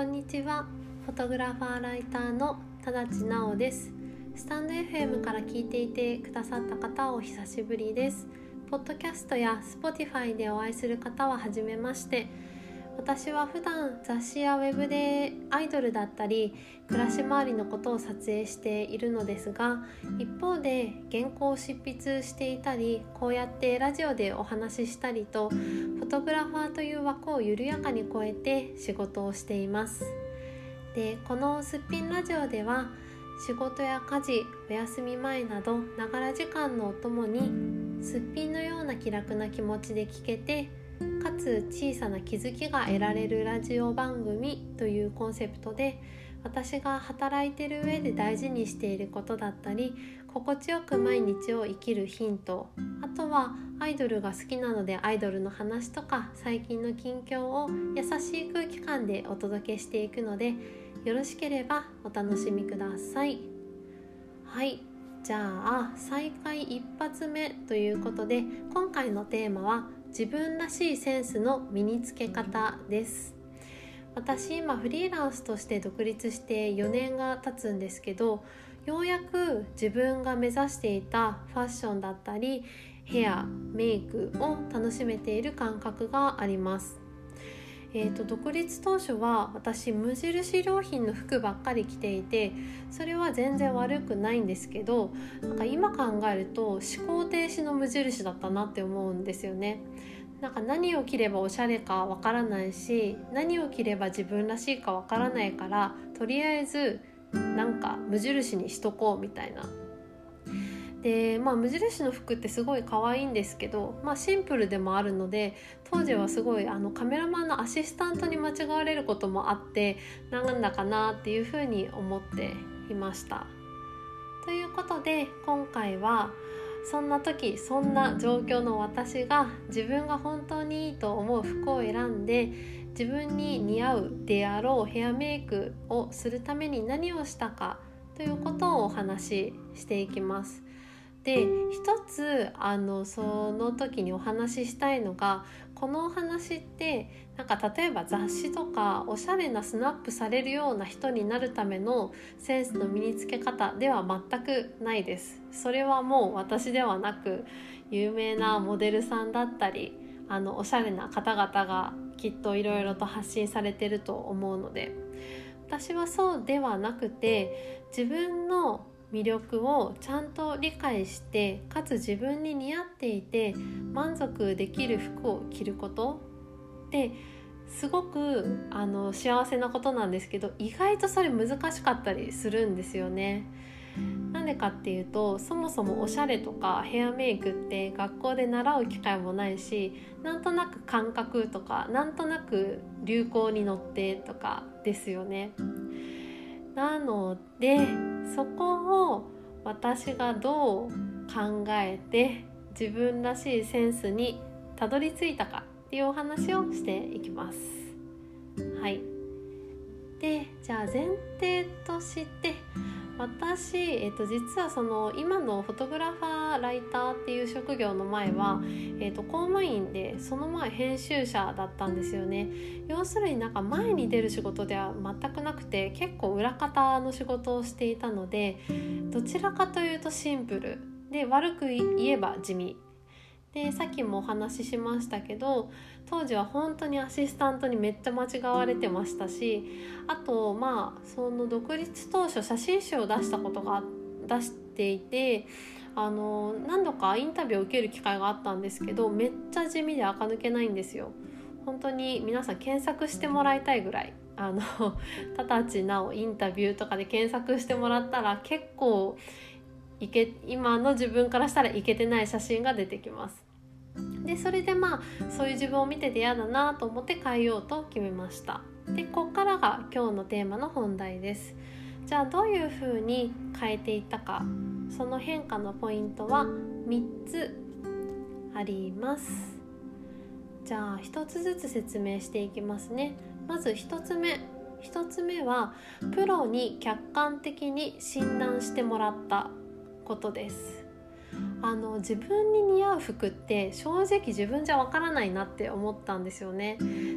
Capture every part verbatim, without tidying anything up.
んにちは。フォトグラファーライターのただちなおです。スタンド エフエム から聞いていてくださった方はお久しぶりです。ポッドキャストや Spotify でお会いする方ははじめまして。私は普段雑誌やウェブでアイドルだったり暮らし周りのことを撮影しているのですが、一方で原稿を執筆していたり、こうやってラジオでお話ししたりと、フォトグラファーという枠を緩やかに超えて仕事をしています。で、このすっぴんラジオでは仕事や家事、お休み前などながら時間のお供にすっぴんのような気楽な気持ちで聞けて、かつ小さな気づきが得られるラジオ番組というコンセプトで、私が働いている上で大事にしていることだったり、心地よく毎日を生きるヒント、あとはアイドルが好きなのでアイドルの話とか最近の近況を優しい空気感でお届けしていくので、よろしければお楽しみください。はい、じゃあ再開一発目ということで、今回のテーマは自分らしいセンスの身につけ方です。私今フリーランスとして独立してよねんが経つんですけど、ようやく自分が目指していたファッションだったりヘア、メイクを楽しめている感覚があります。えーと、独立当初は私無印良品の服ばっかり着ていて、それは全然悪くないんですけど、なんか今考えると思考停止の無印だったなって思うんですよね。なんか何を着ればおしゃれかわからないし、何を着れば自分らしいかわからないから、とりあえずなんか無印にしとこうみたいな。で、まあ、無印の服ってすごい可愛いんですけど、まあ、シンプルでもあるので、当時はすごいあのカメラマンのアシスタントに間違われることもあって、なんだかなっていうふうに思っていました。ということで今回はそんな時、そんな状況の私が自分が本当にいいと思う服を選んで、自分に似合うであろうヘアメイクをするために何をしたかということをお話ししていきます。で、一つあのその時にお話ししたいのが、このお話ってなんか例えば雑誌とかおしゃれなスナップされるような人になるためのセンスの身につけ方では全くないです。それはもう私ではなく、有名なモデルさんだったりあのおしゃれな方々がきっといろいろと発信されてると思うので、私はそうではなくて、自分の魅力をちゃんと理解して、かつ自分に似合っていて満足できる服を着ることってすごくあの幸せなことなんですけど、意外とそれ難しかったりするんですよね。なんでかっていうと、そもそもおしゃれとかヘアメイクって学校で習う機会もないし、なんとなく感覚とかなんとなく流行に乗ってとかですよね。なのでそこを私がどう考えて自分らしいセンスにたどり着いたかっていうお話をしていきます。はい。で、じゃあ前提として、私、えー、と実はその今のフォトグラファーライターっていう職業の前は、えー、と公務員で、その前編集者だったんですよね。要するになんか前に出る仕事では全くなくて、結構裏方の仕事をしていたので、どちらかというとシンプルで、悪く言えば地味で、さっきもお話ししましたけど、当時は本当にアシスタントにめっちゃ間違われてましたし、あとまあその独立当初写真集を出したことが出していて、あの何度かインタビューを受ける機会があったんですけど、めっちゃ地味で垢抜けないんですよ。本当に皆さん検索してもらいたいぐらい、あのただちなおインタビューとかで検索してもらったら、結構いけ今の自分からしたらイケてない写真が出てきます。で、それでまあそういう自分を見てて嫌だなと思って変えようと決めました。で、ここからが今日のテーマの本題です。じゃあどういう風に変えていったか、その変化のポイントはみっつあります。じゃあひとつずつ説明していきますね。まずひとつめひとつめは、プロに客観的に診断してもらったことです。あの自分に似合う服って正直自分じゃわからないなって思ったんですよね。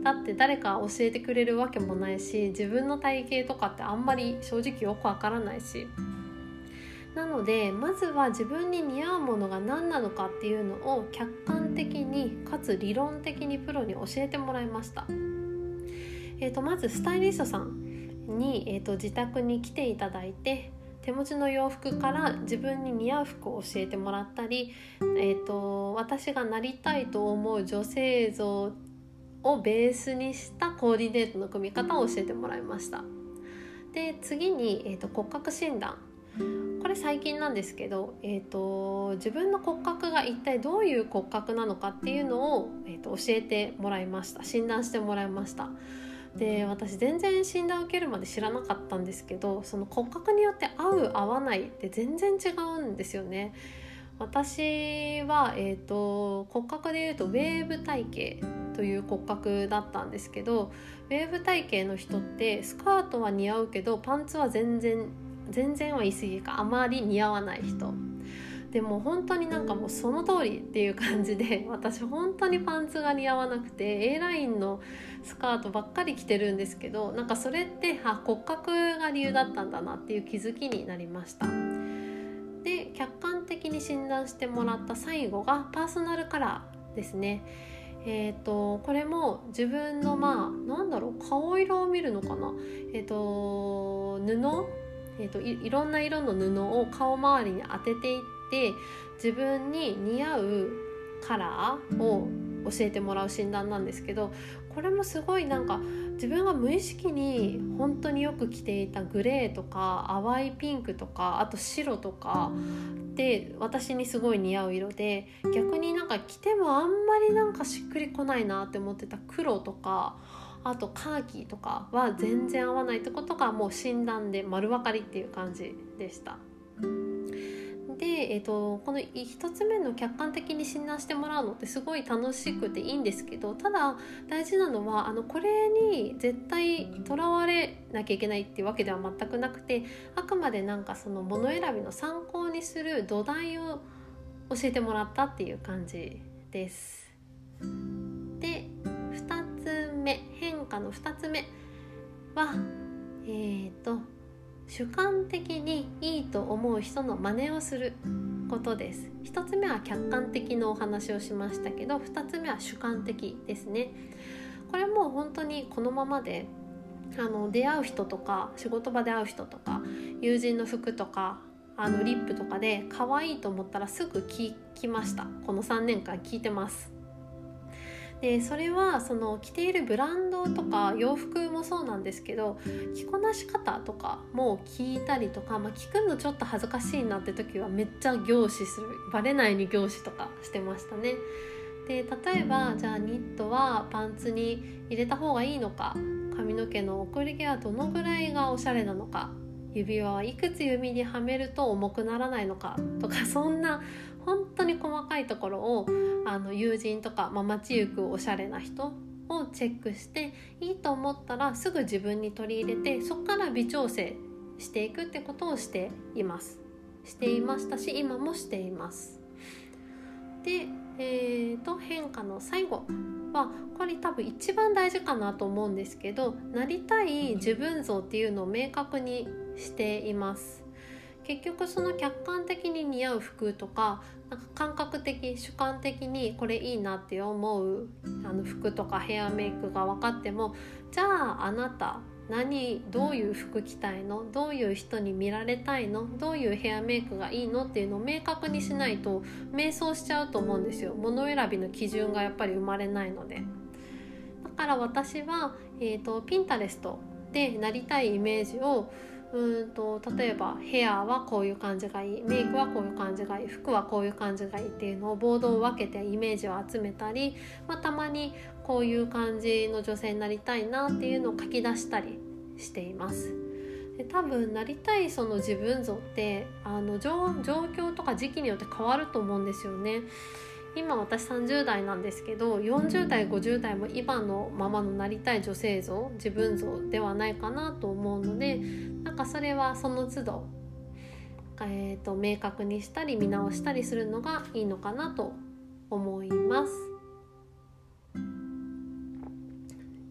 だって誰か教えてくれるわけもないし、自分の体型とかってあんまり正直よくわからないし、なのでまずは自分に似合うものが何なのかっていうのを客観的にかつ理論的にプロに教えてもらいました。えーと、まずスタイリストさんに、えーと、自宅に来ていただいて、手持ちの洋服から自分に似合う服を教えてもらったり、えーと、私がなりたいと思う女性像をベースにしたコーディネートの組み方を教えてもらいました。で、次に、えーと、骨格診断。これ最近なんですけど、えーと、自分の骨格が一体どういう骨格なのかっていうのを、えーと、教えてもらいました。診断してもらいました。で、私全然診断を受けるまで知らなかったんですけど、その骨格によって合う合わないって全然違うんですよね。私は、えーと、骨格でいうとウェーブ体型という骨格だったんですけど、ウェーブ体型の人ってスカートは似合うけどパンツは全然全然は言い過ぎか、あまり似合わない人でも本当になんかもうその通りっていう感じで、私本当にパンツが似合わなくて A ラインのスカートばっかり着てるんですけど、なんかそれってあ骨格が理由だったんだなっていう気づきになりました。で、客観的に診断してもらった最後がパーソナルカラーですね。えーと、これも自分のまあなんだろう顔色を見るのかな、えーと布えーと、い, いろんな色の布を顔周りに当てていって、自分に似合うカラーを教えてもらう診断なんですけど、これもすごいなんか自分が無意識に本当によく着ていたグレーとか淡いピンクとか、あと白とかで私にすごい似合う色で、逆になんか着てもあんまりなんかしっくりこないなって思ってた黒とか、あとカーキとかは全然合わないってことがもう診断で丸分かりっていう感じでした。で、えーと、この一つ目の客観的に診断してもらうのってすごい楽しくていいんですけど、ただ大事なのはあのこれに絶対とらわれなきゃいけないっていうわけでは全くなくて、あくまでなんかその物選びの参考にする土台を教えてもらったっていう感じです。で、ふたつめ、変化のふたつめはえーと主観的にいいと思う人の真似をすることです。ひとつめは客観的なお話をしましたけど、ふたつめは主観的ですね。これも本当にこのままであの出会う人とか仕事場で会う人とか友人の服とかあのリップとかで可愛いと思ったらすぐ聞きました。このさんねんかん聞いてます。でそれはその着ているブランドとか洋服もそうなんですけど、着こなし方とかも聞いたりとか、まあ、聞くのちょっと恥ずかしいなって時はめっちゃ凝視する、バレないように凝視とかしてましたね。で例えばじゃあニットはパンツに入れた方がいいのか、髪の毛の送り毛はどのぐらいがおしゃれなのか、指輪はいくつ指にはめると重くならないのかとか、そんな本当に細かいところをあの友人とか、まあ、街行くおしゃれな人をチェックして、いいと思ったらすぐ自分に取り入れて、そこから微調整していくってことをしていますしていましたし、今もしています。で、えー、と変化の最後はこれ多分一番大事かなと思うんですけど、なりたい自分像っていうのを明確にしています。結局その客観的に似合う服とか、なんか感覚的主観的にこれいいなって思うあの服とかヘアメイクが分かっても、じゃああなた何どういう服着たいの、どういう人に見られたいの、どういうヘアメイクがいいのっていうのを明確にしないと迷走しちゃうと思うんですよ。物選びの基準がやっぱり生まれないので。だから私は、えーと、ピンタレストでなりたいイメージをうんと例えばヘアはこういう感じがいい、メイクはこういう感じがいい、服はこういう感じがいいっていうのをボードを分けてイメージを集めたり、まあ、たまにこういう感じの女性になりたいなっていうのを書き出したりしています。で多分なりたいその自分像ってあの 状, 状況とか時期によって変わると思うんですよね。今私さんじゅう代なんですけど、よんじゅう代ごじゅう代も今のままのなりたい女性像自分像ではないかなと思うので、なんかそれはその都度、えーと、明確にしたり見直したりするのがいいのかなと思います。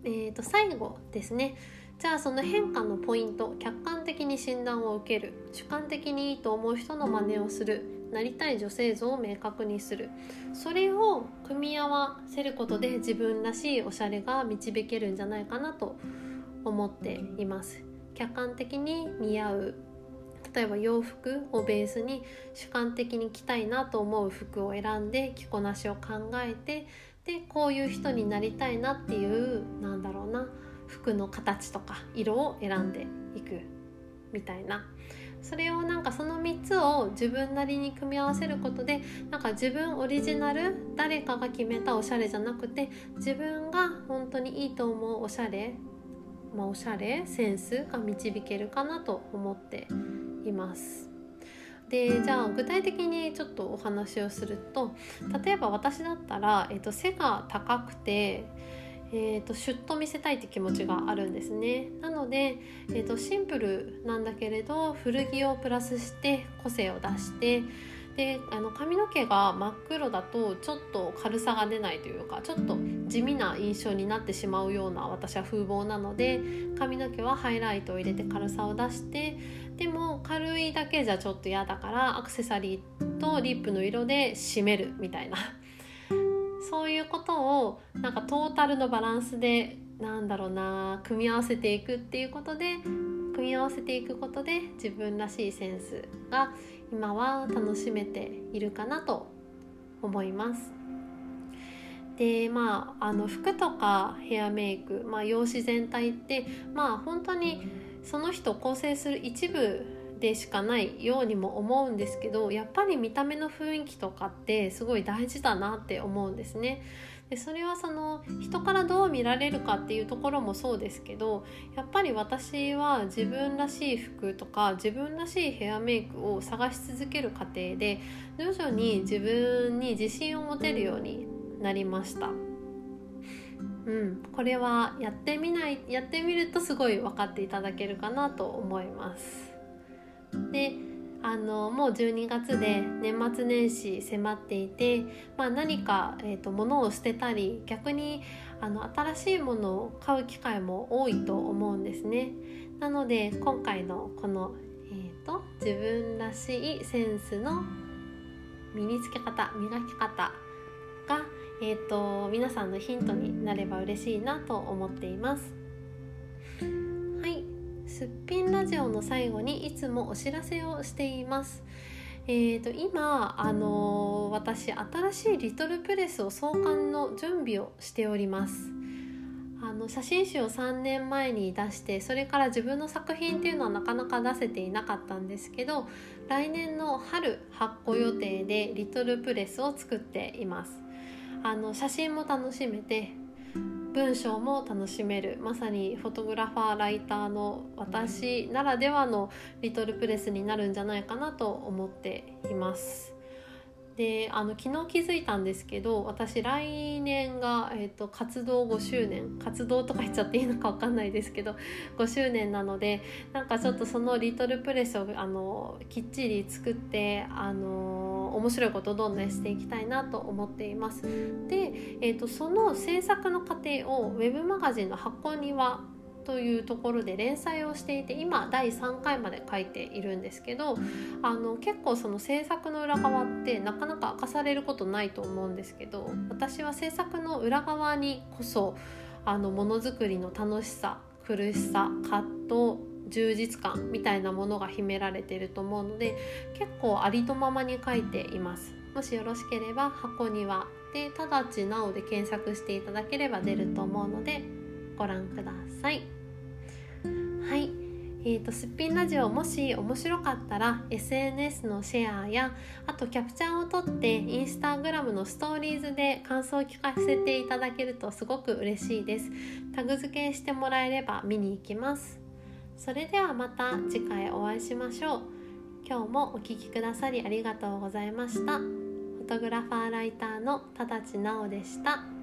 えーと、最後ですね。じゃあその変化のポイント、客観的に診断を受ける、主観的にいいと思う人の真似をする、なりたい女性像を明確にする、それを組み合わせることで自分らしいおしゃれが導けるんじゃないかなと思っています。客観的に似合う、例えば洋服をベースに主観的に着たいなと思う服を選んで着こなしを考えて、でこういう人になりたいなっていうなんだろうな服の形とか色を選んでいくみたいな、それをなんかそのみっつを自分なりに組み合わせることで、なんか自分オリジナル、誰かが決めたおしゃれじゃなくて、自分が本当にいいと思うおしゃれ、まあ、おしゃれセンスが導けるかなと思っています。でじゃあ具体的にちょっとお話をすると、例えば私だったら、えー、と背が高くて、えー、とシュッと見せたいって気持ちがあるんですね。なので、えー、とシンプルなんだけれど古着をプラスして個性を出して、であの髪の毛が真っ黒だとちょっと軽さが出ないというか、ちょっと地味な印象になってしまうような私は風貌なので、髪の毛はハイライトを入れて軽さを出して、でも軽いだけじゃちょっと嫌だからアクセサリーとリップの色で締めるみたいなそういうことをなんかトータルのバランスでなんだろうな組み合わせていくっていうことで組み合わせていくことで自分らしいセンスが今は楽しめているかなと思います。でまあ、あの服とかヘアメイク、まあ、容姿全体ってまあ本当にその人を構成する一部でしかないようにも思うんですけど、やっぱり見た目の雰囲気とかってすごい大事だなって思うんですね。でそれはその人からどう見られるかっていうところもそうですけど、やっぱり私は自分らしい服とか自分らしいヘアメイクを探し続ける過程で徐々に自分に自信を持てるようになりました。うん、これはやってみないやってみるとすごい分かっていただけるかなと思います。であのもうじゅうにがつで年末年始迫っていて、まあ、何か、えーと、物を捨てたり逆にあの新しいものを買う機会も多いと思うんですね。なので今回のこの、えーと、自分らしいセンスの身につけ方磨き方が、えーと、皆さんのヒントになれば嬉しいなと思っています。はい、すっぴんラジオの最後にいつもお知らせをしています。えーと、今、あのー、私新しいリトルプレスを創刊の準備をしております。あの写真集をさんねんまえに出して、それから自分の作品っていうのはなかなか出せていなかったんですけど、来年の春発行予定でリトルプレスを作っています。あの写真も楽しめて文章も楽しめる、まさにフォトグラファーライターの私ならではのリトルプレスになるんじゃないかなと思っています。であの昨日気づいたんですけど、私来年が、えーと、活動ごしゅうねん活動とか言っちゃっていいのか分かんないですけどごしゅうねんなので、なんかちょっとそのリトルプレスをあのきっちり作ってあの面白いことをどんどんしていきたいなと思っています。で、えーと、その制作の過程をウェブマガジンの箱庭というところで連載をしていて、今だいさんかいまで書いているんですけど、あの結構その制作の裏側ってなかなか明かされることないと思うんですけど、私は制作の裏側にこそあのものづくりの楽しさ、苦しさ、葛藤、充実感みたいなものが秘められていると思うので、結構ありとままに書いています。もしよろしければ箱庭でただちなおで検索していただければ出ると思うのでご覧ください。はい、えーと、すっぴんラジオもし面白かったら エスエヌエス のシェアや、あとキャプチャーを撮ってインスタグラムのストーリーズで感想を聞かせていただけるとすごく嬉しいです。タグ付けしてもらえれば見に行きます。それではまた次回お会いしましょう。今日もお聞きくださりありがとうございました。フォトグラファーライターのただちなおでした。